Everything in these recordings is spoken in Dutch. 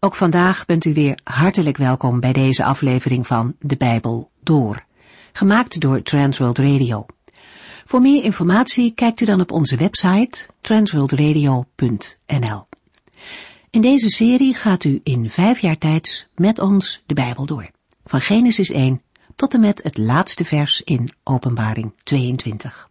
Ook vandaag bent u weer hartelijk welkom bij deze aflevering van De Bijbel Door, gemaakt door Transworld Radio. Voor meer informatie kijkt u dan op onze website transworldradio.nl. In deze serie gaat u in 5 jaar tijd met ons de Bijbel door, van Genesis 1 tot en met het laatste vers in Openbaring 22.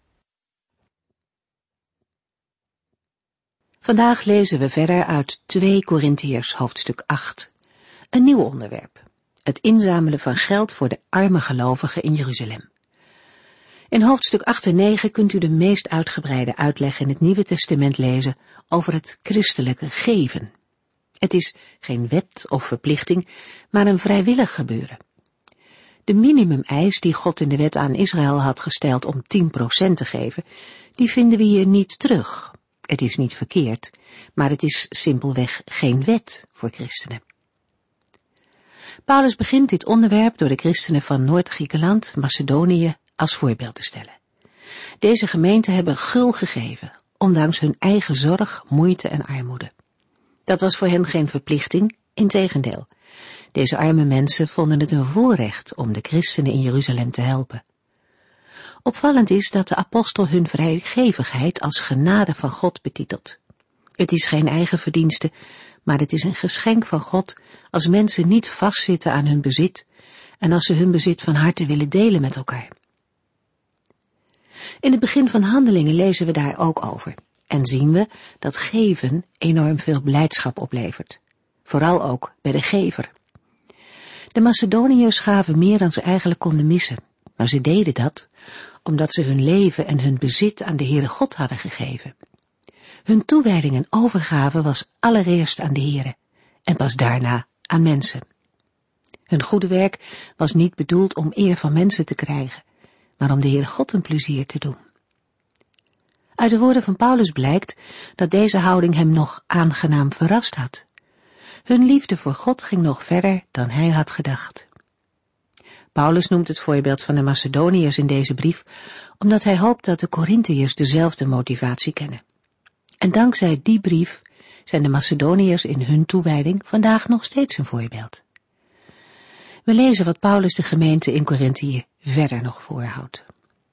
Vandaag lezen we verder uit 2 Korintiërs hoofdstuk 8. Een nieuw onderwerp. Het inzamelen van geld voor de arme gelovigen in Jeruzalem. In hoofdstuk 8 en 9 kunt u de meest uitgebreide uitleg in het Nieuwe Testament lezen over het christelijke geven. Het is geen wet of verplichting, maar een vrijwillig gebeuren. De minimumeis die God in de wet aan Israël had gesteld om 10% te geven, die vinden we hier niet terug. Het is niet verkeerd, maar het is simpelweg geen wet voor christenen. Paulus begint dit onderwerp door de christenen van Noord-Griekenland, Macedonië, als voorbeeld te stellen. Deze gemeenten hebben gul gegeven, ondanks hun eigen zorg, moeite en armoede. Dat was voor hen geen verplichting, integendeel. Deze arme mensen vonden het een voorrecht om de christenen in Jeruzalem te helpen. Opvallend is dat de apostel hun vrijgevigheid als genade van God betitelt. Het is geen eigen verdienste, maar het is een geschenk van God als mensen niet vastzitten aan hun bezit en als ze hun bezit van harte willen delen met elkaar. In het begin van Handelingen lezen we daar ook over en zien we dat geven enorm veel blijdschap oplevert, vooral ook bij de gever. De Macedoniërs gaven meer dan ze eigenlijk konden missen, maar ze deden dat omdat ze hun leven en hun bezit aan de Heere God hadden gegeven. Hun toewijding en overgave was allereerst aan de Heere en pas daarna aan mensen. Hun goede werk was niet bedoeld om eer van mensen te krijgen, maar om de Heere God een plezier te doen. Uit de woorden van Paulus blijkt dat deze houding hem nog aangenaam verrast had. Hun liefde voor God ging nog verder dan hij had gedacht. Paulus noemt het voorbeeld van de Macedoniërs in deze brief, omdat hij hoopt dat de Korintiërs dezelfde motivatie kennen. En dankzij die brief zijn de Macedoniërs in hun toewijding vandaag nog steeds een voorbeeld. We lezen wat Paulus de gemeente in Korintië verder nog voorhoudt.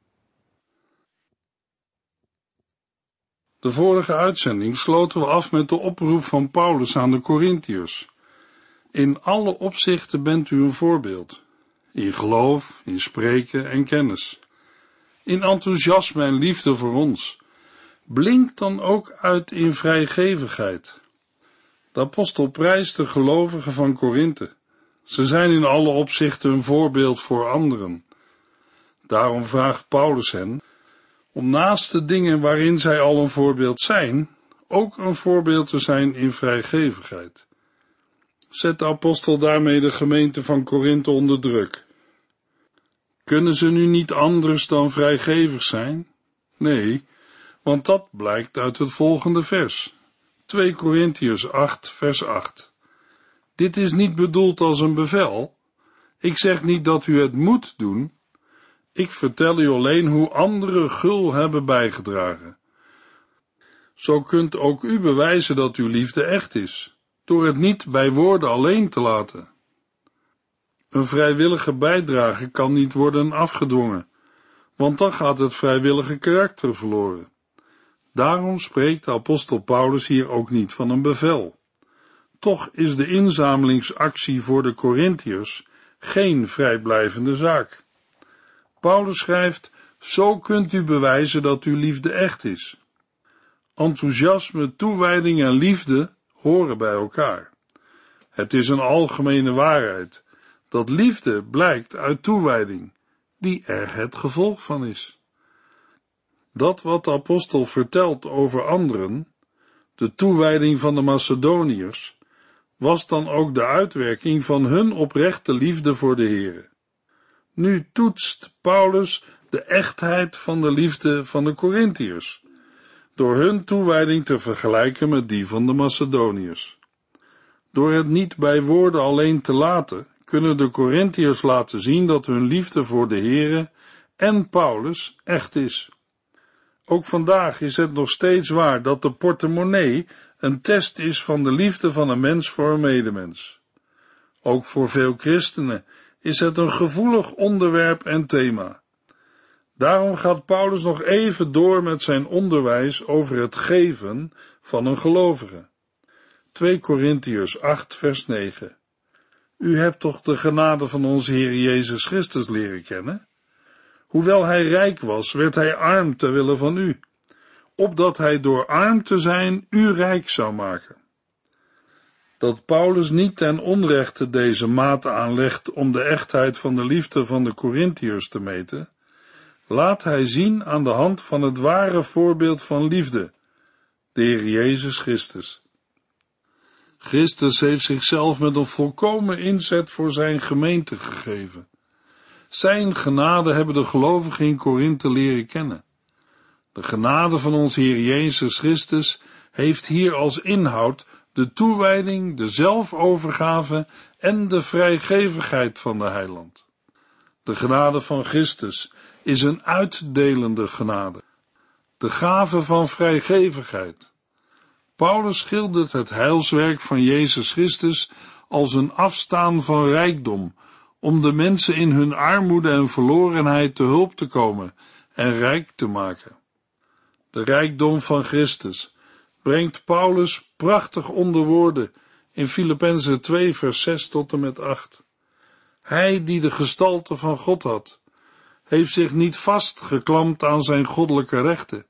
De vorige uitzending sloten we af met de oproep van Paulus aan de Korintiërs. In alle opzichten bent u een voorbeeld. In geloof, in spreken en kennis. In enthousiasme en liefde voor ons. Blink dan ook uit in vrijgevigheid. De apostel prijst de gelovigen van Korinthe. Ze zijn in alle opzichten een voorbeeld voor anderen. Daarom vraagt Paulus hen om naast de dingen waarin zij al een voorbeeld zijn, ook een voorbeeld te zijn in vrijgevigheid. Zet de apostel daarmee de gemeente van Korinthe onder druk. Kunnen ze nu niet anders dan vrijgevig zijn? Nee, want dat blijkt uit het volgende vers. 2 Korintiërs 8, vers 8. Dit is niet bedoeld als een bevel. Ik zeg niet dat u het moet doen. Ik vertel u alleen hoe anderen gul hebben bijgedragen. Zo kunt ook u bewijzen dat uw liefde echt is, door het niet bij woorden alleen te laten. Een vrijwillige bijdrage kan niet worden afgedwongen, want dan gaat het vrijwillige karakter verloren. Daarom spreekt de apostel Paulus hier ook niet van een bevel. Toch is de inzamelingsactie voor de Korintiërs geen vrijblijvende zaak. Paulus schrijft, zo kunt u bewijzen dat uw liefde echt is. Enthousiasme, toewijding en liefde horen bij elkaar. Het is een algemene waarheid dat liefde blijkt uit toewijding, die er het gevolg van is. Dat wat de apostel vertelt over anderen, de toewijding van de Macedoniërs, was dan ook de uitwerking van hun oprechte liefde voor de Heere. Nu toetst Paulus de echtheid van de liefde van de Korintiërs, door hun toewijding te vergelijken met die van de Macedoniërs. Door het niet bij woorden alleen te laten, kunnen de Korintiërs laten zien dat hun liefde voor de Heere en Paulus echt is. Ook vandaag is het nog steeds waar dat de portemonnee een test is van de liefde van een mens voor een medemens. Ook voor veel christenen is het een gevoelig onderwerp en thema. Daarom gaat Paulus nog even door met zijn onderwijs over het geven van een gelovige. 2 Korintiërs 8 vers 9. U hebt toch de genade van onze Heer Jezus Christus leren kennen? Hoewel hij rijk was, werd hij arm ter wille van u, opdat hij door arm te zijn u rijk zou maken. Dat Paulus niet ten onrechte deze maat aanlegt om de echtheid van de liefde van de Korintiërs te meten, laat hij zien aan de hand van het ware voorbeeld van liefde, de Heer Jezus Christus. Christus heeft zichzelf met een volkomen inzet voor zijn gemeente gegeven. Zijn genade hebben de gelovigen in Korinthe leren kennen. De genade van onze Heer Jezus Christus heeft hier als inhoud de toewijding, de zelfovergave en de vrijgevigheid van de heiland. De genade van Christus is een uitdelende genade, de gave van vrijgevigheid. Paulus schildert het heilswerk van Jezus Christus als een afstaan van rijkdom, om de mensen in hun armoede en verlorenheid te hulp te komen en rijk te maken. De rijkdom van Christus brengt Paulus prachtig onder woorden in Filippenzen 2 vers 6 tot en met 8. Hij die de gestalte van God had, heeft zich niet vastgeklampt aan zijn goddelijke rechten.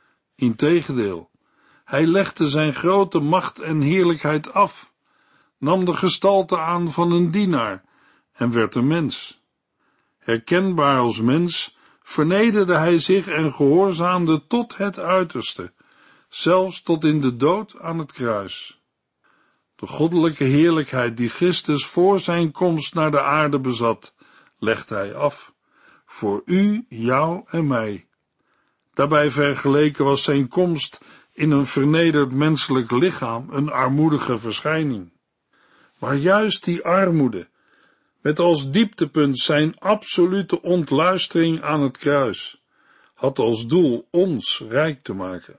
Integendeel, hij legde zijn grote macht en heerlijkheid af, nam de gestalte aan van een dienaar en werd een mens. Herkenbaar als mens vernederde hij zich en gehoorzaamde tot het uiterste, zelfs tot in de dood aan het kruis. De goddelijke heerlijkheid die Christus voor zijn komst naar de aarde bezat, legde hij af, voor u, jou en mij. Daarbij vergeleken was zijn komst in een vernederd menselijk lichaam een armoedige verschijning. Maar juist die armoede, met als dieptepunt zijn absolute ontluistering aan het kruis, had als doel ons rijk te maken.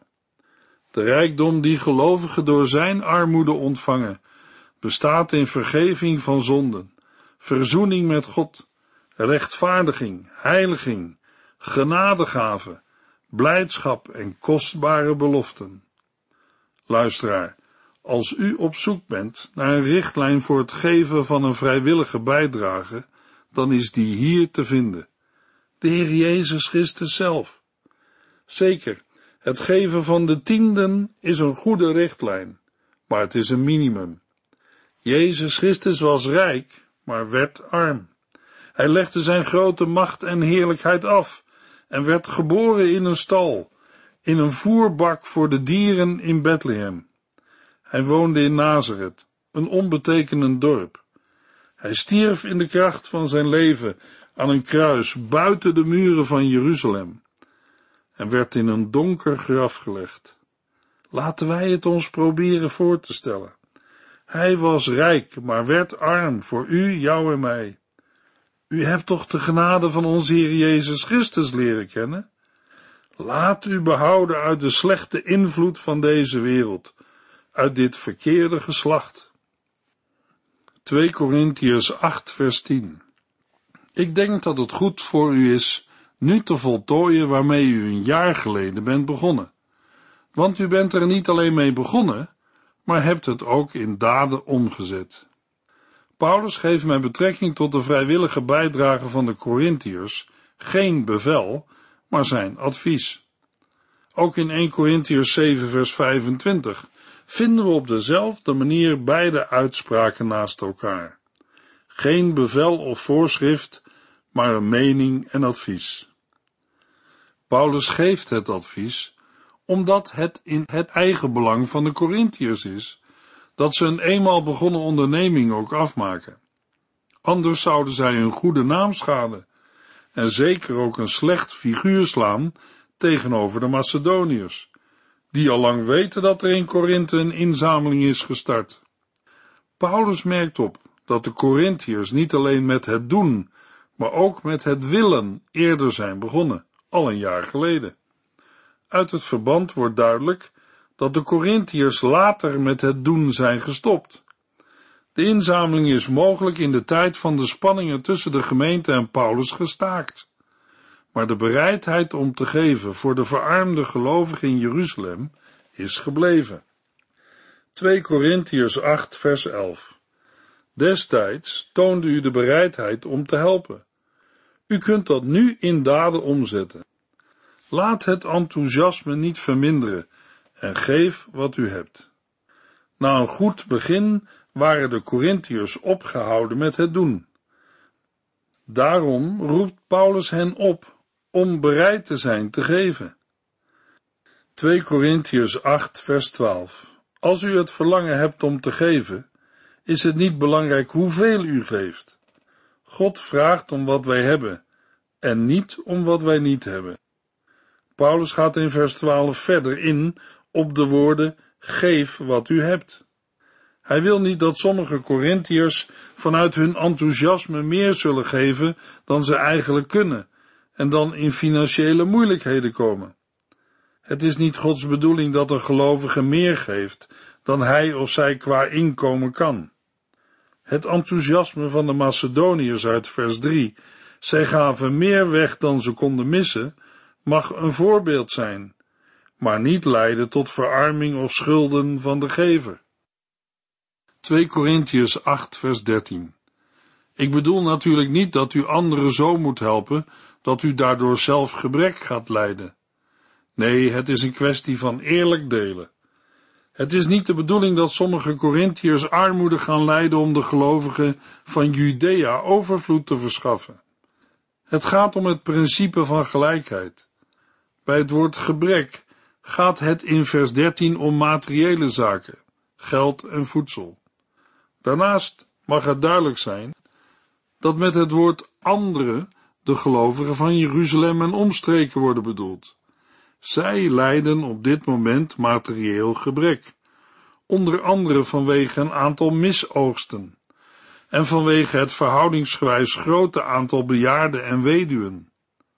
De rijkdom die gelovigen door zijn armoede ontvangen, bestaat in vergeving van zonden, verzoening met God, rechtvaardiging, heiliging, genadegave, blijdschap en kostbare beloften. Luisteraar, als u op zoek bent naar een richtlijn voor het geven van een vrijwillige bijdrage, dan is die hier te vinden. De Heer Jezus Christus zelf. Zeker, het geven van de tienden is een goede richtlijn, maar het is een minimum. Jezus Christus was rijk, maar werd arm. Hij legde zijn grote macht en heerlijkheid af en werd geboren in een stal, in een voerbak voor de dieren in Bethlehem. Hij woonde in Nazareth, een onbetekenend dorp. Hij stierf in de kracht van zijn leven aan een kruis buiten de muren van Jeruzalem en werd in een donker graf gelegd. Laten wij het ons proberen voor te stellen. Hij was rijk, maar werd arm voor u, jou en mij. U hebt toch de genade van onze Heer Jezus Christus leren kennen? Laat u behouden uit de slechte invloed van deze wereld, uit dit verkeerde geslacht. 2 Korintiërs 8 vers 10. Ik denk dat het goed voor u is nu te voltooien waarmee u een jaar geleden bent begonnen. Want u bent er niet alleen mee begonnen, maar hebt het ook in daden omgezet. Paulus geeft met betrekking tot de vrijwillige bijdrage van de Korintiërs geen bevel, maar zijn advies. Ook in 1 Korintiërs 7 vers 25 vinden we op dezelfde manier beide uitspraken naast elkaar. Geen bevel of voorschrift, maar een mening en advies. Paulus geeft het advies, omdat het in het eigen belang van de Korintiërs is, dat ze een eenmaal begonnen onderneming ook afmaken. Anders zouden zij hun goede naam schaden, en zeker ook een slecht figuur slaan tegenover de Macedoniërs, die al lang weten dat er in Korinthe een inzameling is gestart. Paulus merkt op dat de Korintiërs niet alleen met het doen, maar ook met het willen eerder zijn begonnen, al een jaar geleden. Uit het verband wordt duidelijk dat de Korintiërs later met het doen zijn gestopt. De inzameling is mogelijk in de tijd van de spanningen tussen de gemeente en Paulus gestaakt. Maar de bereidheid om te geven voor de verarmde gelovigen in Jeruzalem is gebleven. 2 Korintiërs 8 vers 11. Destijds toonde u de bereidheid om te helpen. U kunt dat nu in daden omzetten. Laat het enthousiasme niet verminderen en geef wat u hebt. Na een goed begin waren de Korintiërs opgehouden met het doen. Daarom roept Paulus hen op om bereid te zijn te geven. 2 Korintiërs 8 vers 12. Als u het verlangen hebt om te geven, is het niet belangrijk hoeveel u geeft. God vraagt om wat wij hebben en niet om wat wij niet hebben. Paulus gaat in vers 12 verder in op de woorden geef wat u hebt. Hij wil niet dat sommige Korintiërs vanuit hun enthousiasme meer zullen geven dan ze eigenlijk kunnen en dan in financiële moeilijkheden komen. Het is niet Gods bedoeling dat een gelovige meer geeft dan hij of zij qua inkomen kan. Het enthousiasme van de Macedoniërs uit vers 3, zij gaven meer weg dan ze konden missen, mag een voorbeeld zijn, maar niet leiden tot verarming of schulden van de gever. 2 Korintiërs 8 vers 13. Ik bedoel natuurlijk niet dat u anderen zo moet helpen dat u daardoor zelf gebrek gaat lijden. Nee, het is een kwestie van eerlijk delen. Het is niet de bedoeling dat sommige Korintiërs armoede gaan lijden om de gelovigen van Judea overvloed te verschaffen. Het gaat om het principe van gelijkheid. Bij het woord gebrek gaat het in vers 13 om materiële zaken, geld en voedsel. Daarnaast mag het duidelijk zijn dat met het woord anderen de gelovigen van Jeruzalem en omstreken worden bedoeld. Zij lijden op dit moment materieel gebrek, onder andere vanwege een aantal misoogsten en vanwege het verhoudingsgewijs grote aantal bejaarden en weduwen.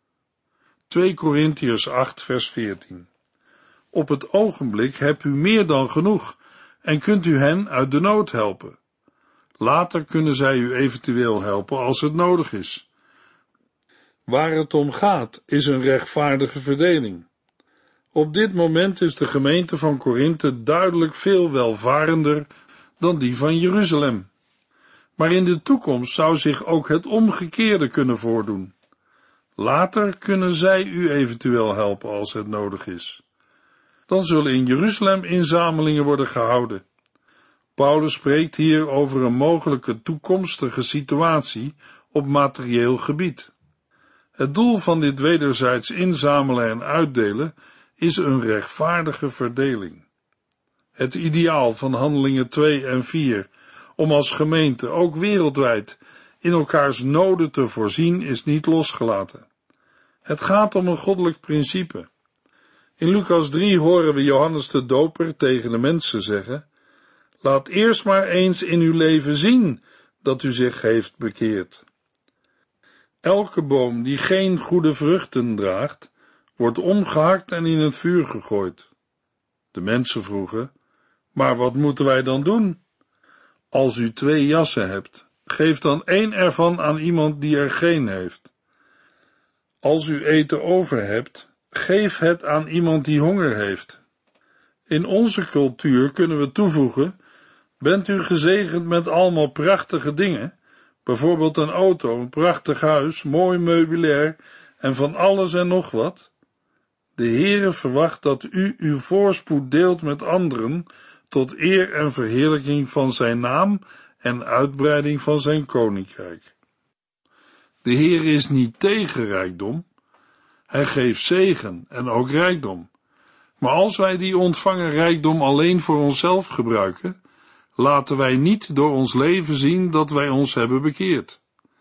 2 Korintiërs 8 vers 14. Op het ogenblik hebt u meer dan genoeg en kunt u hen uit de nood helpen. Later kunnen zij u eventueel helpen als het nodig is. Waar het om gaat is een rechtvaardige verdeling. Op dit moment is de gemeente van Korinthe duidelijk veel welvarender dan die van Jeruzalem. Maar in de toekomst zou zich ook het omgekeerde kunnen voordoen. Later kunnen zij u eventueel helpen als het nodig is. Dan zullen in Jeruzalem inzamelingen worden gehouden. Paulus spreekt hier over een mogelijke toekomstige situatie op materieel gebied. Het doel van dit wederzijds inzamelen en uitdelen is een rechtvaardige verdeling. Het ideaal van Handelingen 2 en 4 om als gemeente ook wereldwijd in elkaars noden te voorzien is niet losgelaten. Het gaat om een goddelijk principe. In Lucas 3 horen we Johannes de Doper tegen de mensen zeggen: laat eerst maar eens in uw leven zien dat u zich heeft bekeerd. Elke boom die geen goede vruchten draagt, wordt omgehakt en in het vuur gegooid. De mensen vroegen: maar wat moeten wij dan doen? Als u 2 jassen hebt, geef dan 1 ervan aan iemand die er geen heeft. Als u eten over hebt, geef het aan iemand die honger heeft. In onze cultuur kunnen we toevoegen: bent u gezegend met allemaal prachtige dingen, bijvoorbeeld een auto, een prachtig huis, mooi meubilair en van alles en nog wat? De Heere verwacht dat u uw voorspoed deelt met anderen tot eer en verheerlijking van zijn naam en uitbreiding van zijn koninkrijk. De Heere is niet tegen rijkdom. Hij geeft zegen en ook rijkdom. Maar als wij die ontvangen rijkdom alleen voor onszelf gebruiken, laten wij niet door ons leven zien dat wij ons hebben bekeerd.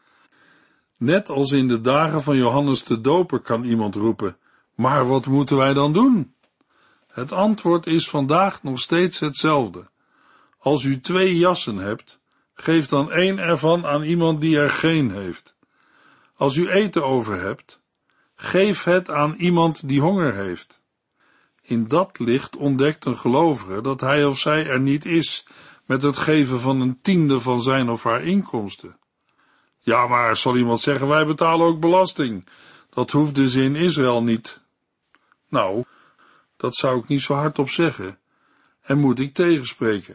Net als in de dagen van Johannes de Doper kan iemand roepen: maar wat moeten wij dan doen? Het antwoord is vandaag nog steeds hetzelfde. Als u 2 jassen hebt, geef dan 1 ervan aan iemand die er geen heeft. Als u eten over hebt, geef het aan iemand die honger heeft. In dat licht ontdekt een gelovige dat hij of zij er niet is met het geven van een tiende van zijn of haar inkomsten. Ja, maar zal iemand zeggen, wij betalen ook belasting. Dat hoefden ze in Israël niet. Nou, dat zou ik niet zo hardop zeggen en moet ik tegenspreken.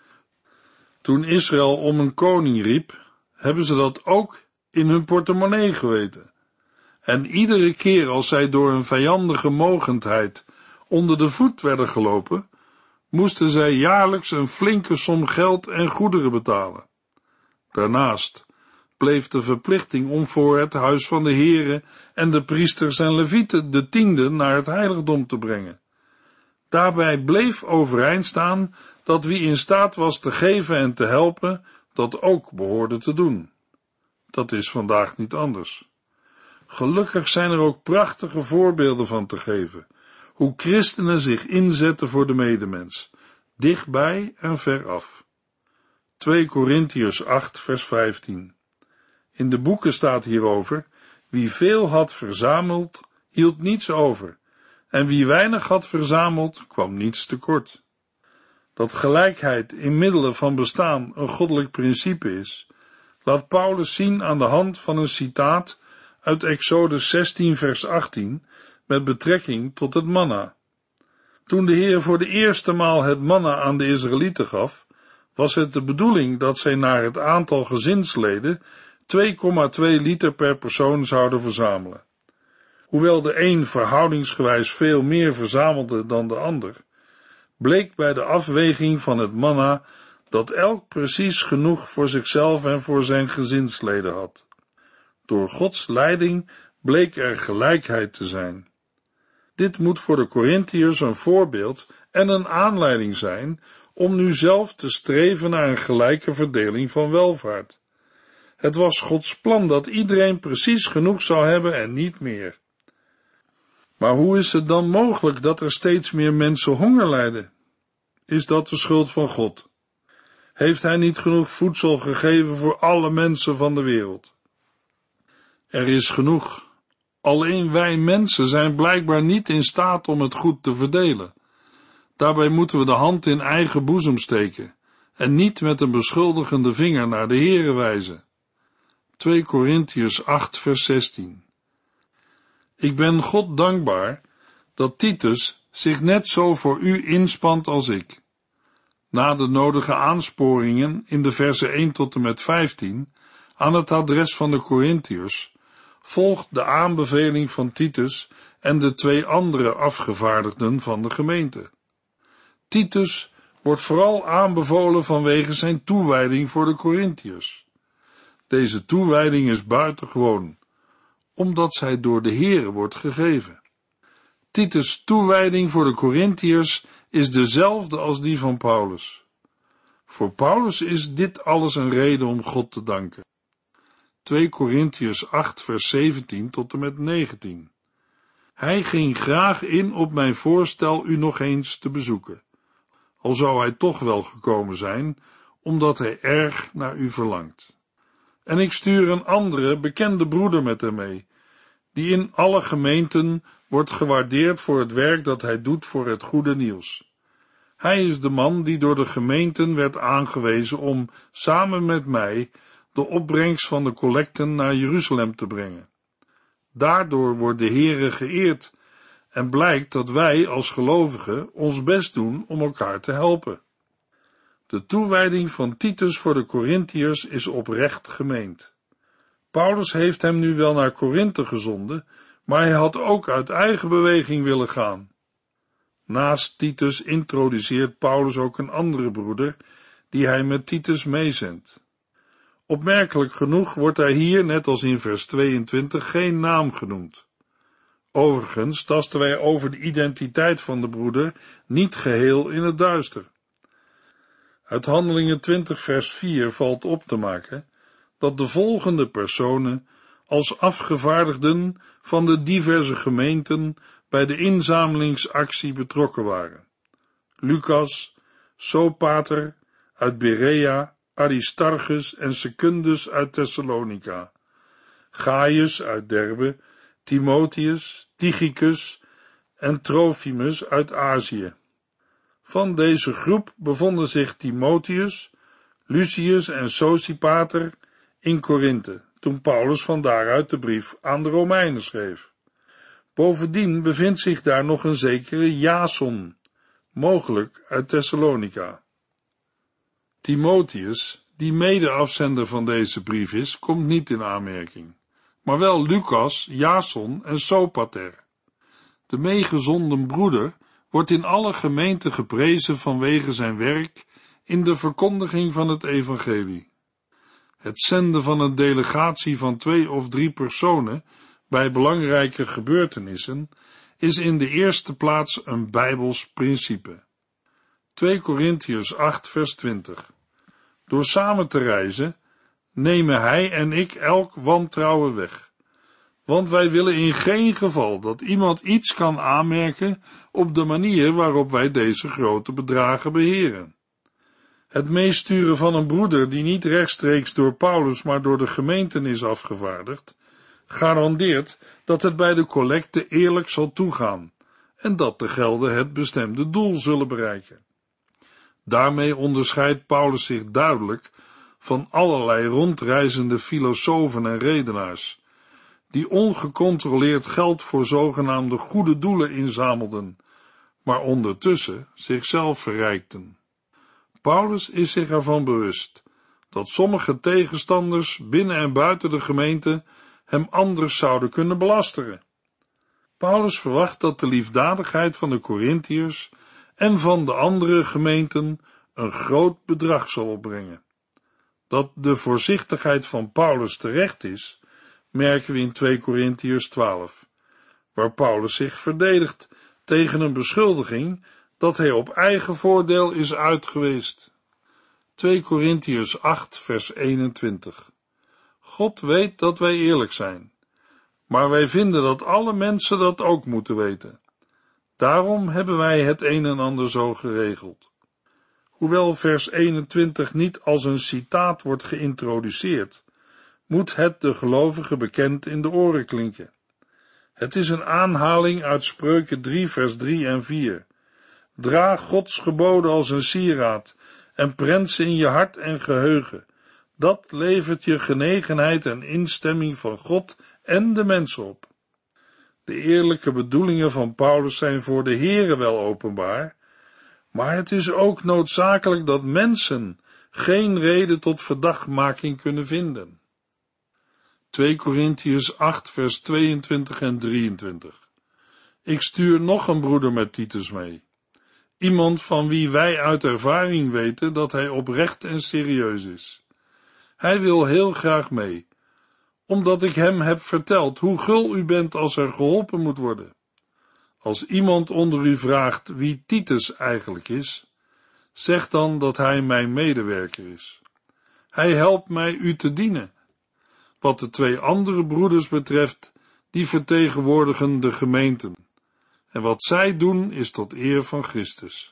Toen Israël om een koning riep, hebben ze dat ook in hun portemonnee geweten. En iedere keer als zij door een vijandige mogendheid onder de voet werden gelopen, moesten zij jaarlijks een flinke som geld en goederen betalen. Daarnaast bleef de verplichting om voor het huis van de Heere en de priesters en levieten de tiende naar het heiligdom te brengen. Daarbij bleef overeind staan dat wie in staat was te geven en te helpen, dat ook behoorde te doen. Dat is vandaag niet anders. Gelukkig zijn er ook prachtige voorbeelden van te geven, hoe christenen zich inzetten voor de medemens, dichtbij en veraf. 2 Korintiërs 8 vers 15. In de boeken staat hierover, wie veel had verzameld, hield niets over, en wie weinig had verzameld, kwam niets tekort. Dat gelijkheid in middelen van bestaan een goddelijk principe is, laat Paulus zien aan de hand van een citaat uit Exodus 16 vers 18 met betrekking tot het manna. Toen de Heer voor de eerste maal het manna aan de Israëlieten gaf, was het de bedoeling dat zij naar het aantal gezinsleden 2,2 liter per persoon zouden verzamelen. Hoewel de een verhoudingsgewijs veel meer verzamelde dan de ander, bleek bij de afweging van het manna dat elk precies genoeg voor zichzelf en voor zijn gezinsleden had. Door Gods leiding bleek er gelijkheid te zijn. Dit moet voor de Korintiërs een voorbeeld en een aanleiding zijn om nu zelf te streven naar een gelijke verdeling van welvaart. Het was Gods plan dat iedereen precies genoeg zou hebben en niet meer. Maar hoe is het dan mogelijk dat er steeds meer mensen honger lijden? Is dat de schuld van God? Heeft Hij niet genoeg voedsel gegeven voor alle mensen van de wereld? Er is genoeg. Alleen wij mensen zijn blijkbaar niet in staat om het goed te verdelen. Daarbij moeten we de hand in eigen boezem steken en niet met een beschuldigende vinger naar de Heere wijzen. 2 Korintiërs 8 vers 16. Ik ben God dankbaar dat Titus zich net zo voor u inspant als ik. Na de nodige aansporingen in de versen 1 tot en met 15 aan het adres van de Korintiërs volgt de aanbeveling van Titus en de 2 andere afgevaardigden van de gemeente. Titus wordt vooral aanbevolen vanwege zijn toewijding voor de Korintiërs. Deze toewijding is buitengewoon, omdat zij door de Heere wordt gegeven. Titus' toewijding voor de Korintiërs is dezelfde als die van Paulus. Voor Paulus is dit alles een reden om God te danken. 2 Korintiërs 8 vers 17 tot en met 19. Hij ging graag in op mijn voorstel u nog eens te bezoeken, al zou hij toch wel gekomen zijn, omdat hij erg naar u verlangt. En ik stuur een andere, bekende broeder met hem mee, die in alle gemeenten wordt gewaardeerd voor het werk dat hij doet voor het goede nieuws. Hij is de man die door de gemeenten werd aangewezen om, samen met mij, de opbrengst van de collecten naar Jeruzalem te brengen. Daardoor wordt de Heere geëerd en blijkt dat wij als gelovigen ons best doen om elkaar te helpen. De toewijding van Titus voor de Korintiërs is oprecht gemeend. Paulus heeft hem nu wel naar Korinthe gezonden, maar hij had ook uit eigen beweging willen gaan. Naast Titus introduceert Paulus ook een andere broeder, die hij met Titus meezendt. Opmerkelijk genoeg wordt hij hier, net als in vers 22, geen naam genoemd. Overigens tasten wij over de identiteit van de broeder niet geheel in het duister. Uit Handelingen 20 vers 4 valt op te maken dat de volgende personen als afgevaardigden van de diverse gemeenten bij de inzamelingsactie betrokken waren. Lucas, Sopater uit Berea, Aristarchus en Secundus uit Thessalonica, Gaius uit Derbe, Timotheus, Tychicus en Trofimus uit Azië. Van deze groep bevonden zich Timotheus, Lucius en Sosipater in Korinthe, toen Paulus van daaruit de brief aan de Romeinen schreef. Bovendien bevindt zich daar nog een zekere Jason, mogelijk uit Thessalonica. Timotheus, die mede-afzender van deze brief is, komt niet in aanmerking, maar wel Lucas, Jason en Sopater. De meegezonden broeder wordt in alle gemeenten geprezen vanwege zijn werk in de verkondiging van het evangelie. Het zenden van een delegatie van 2 of 3 personen bij belangrijke gebeurtenissen is in de eerste plaats een Bijbels principe. 2 Korintiërs 8 vers 20. Door samen te reizen, nemen hij en ik elk wantrouwen weg. Want wij willen in geen geval dat iemand iets kan aanmerken op de manier waarop wij deze grote bedragen beheren. Het meesturen van een broeder die niet rechtstreeks door Paulus maar door de gemeenten is afgevaardigd, garandeert dat het bij de collecte eerlijk zal toegaan en dat de gelden het bestemde doel zullen bereiken. Daarmee onderscheidt Paulus zich duidelijk van allerlei rondreizende filosofen en redenaars, die ongecontroleerd geld voor zogenaamde goede doelen inzamelden, maar ondertussen zichzelf verrijkten. Paulus is zich ervan bewust dat sommige tegenstanders binnen en buiten de gemeente hem anders zouden kunnen belasteren. Paulus verwacht dat de liefdadigheid van de Korintiërs en van de andere gemeenten een groot bedrag zal opbrengen. Dat de voorzichtigheid van Paulus terecht is, merken we in 2 Korintiërs 12, waar Paulus zich verdedigt tegen een beschuldiging dat hij op eigen voordeel is uitgeweest. 2 Korintiërs 8 vers 21. God weet dat wij eerlijk zijn, maar wij vinden dat alle mensen dat ook moeten weten. Daarom hebben wij het een en ander zo geregeld. Hoewel vers 21 niet als een citaat wordt geïntroduceerd, moet het de gelovige bekend in de oren klinken. Het is een aanhaling uit Spreuken 3 vers 3 en 4. Draag Gods geboden als een sieraad en prent ze in je hart en geheugen. Dat levert je genegenheid en instemming van God en de mensen op. De eerlijke bedoelingen van Paulus zijn voor de Here wel openbaar, maar het is ook noodzakelijk dat mensen geen reden tot verdachtmaking kunnen vinden. 2 Korintiërs 8 vers 22 en 23. Ik stuur nog een broeder met Titus mee. Iemand van wie wij uit ervaring weten dat hij oprecht en serieus is. Hij wil heel graag mee, omdat ik hem heb verteld hoe gul u bent als er geholpen moet worden. Als iemand onder u vraagt wie Titus eigenlijk is, zeg dan dat hij mijn medewerker is. Hij helpt mij u te dienen. Wat de 2 andere broeders betreft, die vertegenwoordigen de gemeenten. En wat zij doen is tot eer van Christus.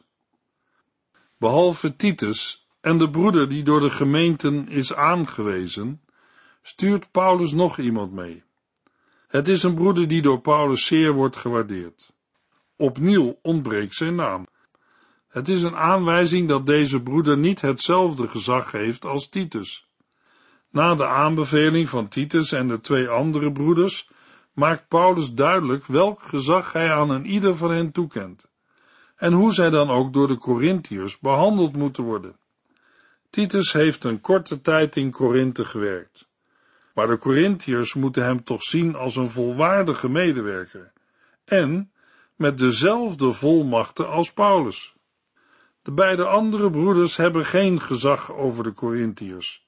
Behalve Titus en de broeder die door de gemeenten is aangewezen, stuurt Paulus nog iemand mee. Het is een broeder die door Paulus zeer wordt gewaardeerd. Opnieuw ontbreekt zijn naam. Het is een aanwijzing dat deze broeder niet hetzelfde gezag heeft als Titus. Na de aanbeveling van Titus en de 2 andere broeders maakt Paulus duidelijk welk gezag hij aan een ieder van hen toekent, en hoe zij dan ook door de Korintiërs behandeld moeten worden. Titus heeft een korte tijd in Korinthe gewerkt, maar de Korintiërs moeten hem toch zien als een volwaardige medewerker, en met dezelfde volmachten als Paulus. De beide andere broeders hebben geen gezag over de Korintiërs.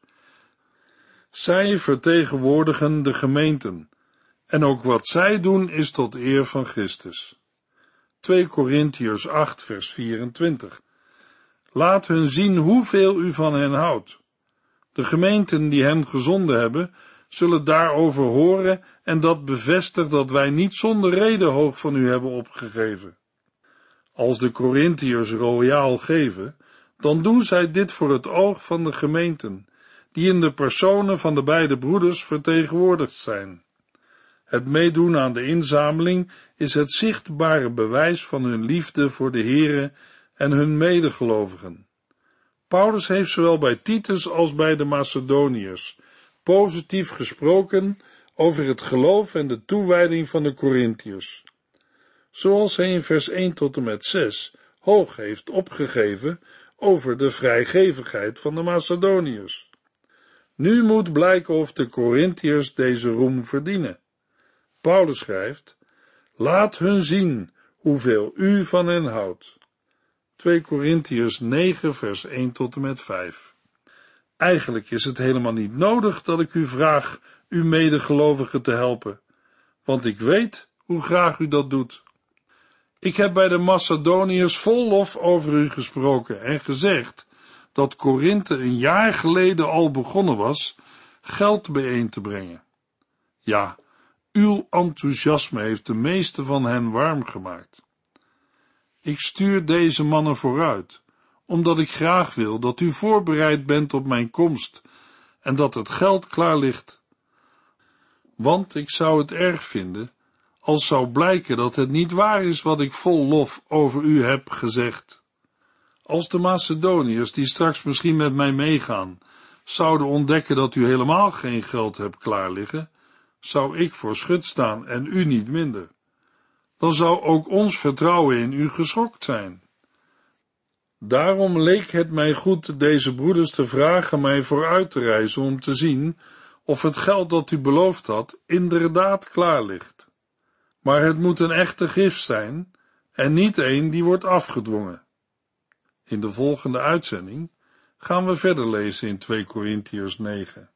Zij vertegenwoordigen de gemeenten, en ook wat zij doen is tot eer van Christus. 2 Korintiërs 8 vers 24. Laat hun zien hoeveel u van hen houdt. De gemeenten die hen gezonden hebben, zullen daarover horen en dat bevestigt dat wij niet zonder reden hoog van u hebben opgegeven. Als de Korintiërs royaal geven, dan doen zij dit voor het oog van de gemeenten, die in de personen van de beide broeders vertegenwoordigd zijn. Het meedoen aan de inzameling is het zichtbare bewijs van hun liefde voor de Here en hun medegelovigen. Paulus heeft zowel bij Titus als bij de Macedoniërs positief gesproken over het geloof en de toewijding van de Korintiërs. Zoals hij in vers 1 tot en met 6 hoog heeft opgegeven over de vrijgevigheid van de Macedoniërs. Nu moet blijken of de Korintiërs deze roem verdienen. Paulus schrijft: laat hun zien hoeveel u van hen houdt. 2 Korintiërs 9 vers 1 tot en met 5. Eigenlijk is het helemaal niet nodig dat ik u vraag uw medegelovigen te helpen, want ik weet hoe graag u dat doet. Ik heb bij de Macedoniërs vol lof over u gesproken en gezegd dat Korinthe een jaar geleden al begonnen was geld bijeen te brengen. Ja, uw enthousiasme heeft de meeste van hen warm gemaakt. Ik stuur deze mannen vooruit, omdat ik graag wil dat u voorbereid bent op mijn komst en dat het geld klaar ligt. Want ik zou het erg vinden als zou blijken dat het niet waar is wat ik vol lof over u heb gezegd. Als de Macedoniërs, die straks misschien met mij meegaan, zouden ontdekken dat u helemaal geen geld hebt klaar liggen, zou ik voor schut staan en u niet minder. Dan zou ook ons vertrouwen in u geschokt zijn. Daarom leek het mij goed deze broeders te vragen mij vooruit te reizen om te zien of het geld dat u beloofd had inderdaad klaar ligt. Maar het moet een echte gift zijn en niet een die wordt afgedwongen. In de volgende uitzending gaan we verder lezen in 2 Korintiërs 9.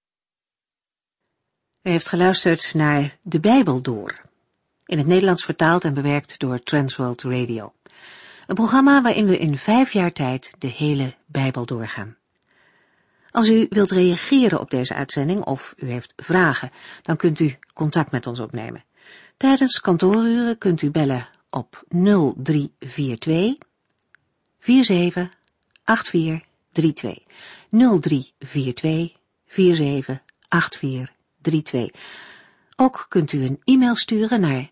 U heeft geluisterd naar De Bijbel Door, in het Nederlands vertaald en bewerkt door Transworld Radio. Een programma waarin we in 5 jaar tijd de hele Bijbel doorgaan. Als u wilt reageren op deze uitzending of u heeft vragen, dan kunt u contact met ons opnemen. Tijdens kantooruren kunt u bellen op 0342 478432. 0342 478432. Ook kunt u een e-mail sturen naar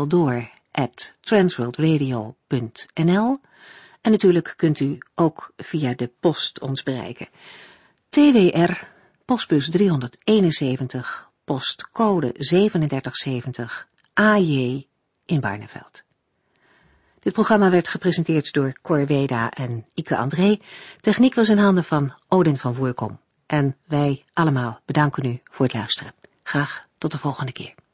debijbeldoor@transworldradio.nl en natuurlijk kunt u ook via de post ons bereiken. TWR, postbus 371, postcode 3770, AJ in Barneveld. Dit programma werd gepresenteerd door Cor Weda en Ike André. Techniek was in handen van Odin van Voerkom. En wij allemaal bedanken u voor het luisteren. Graag tot de volgende keer.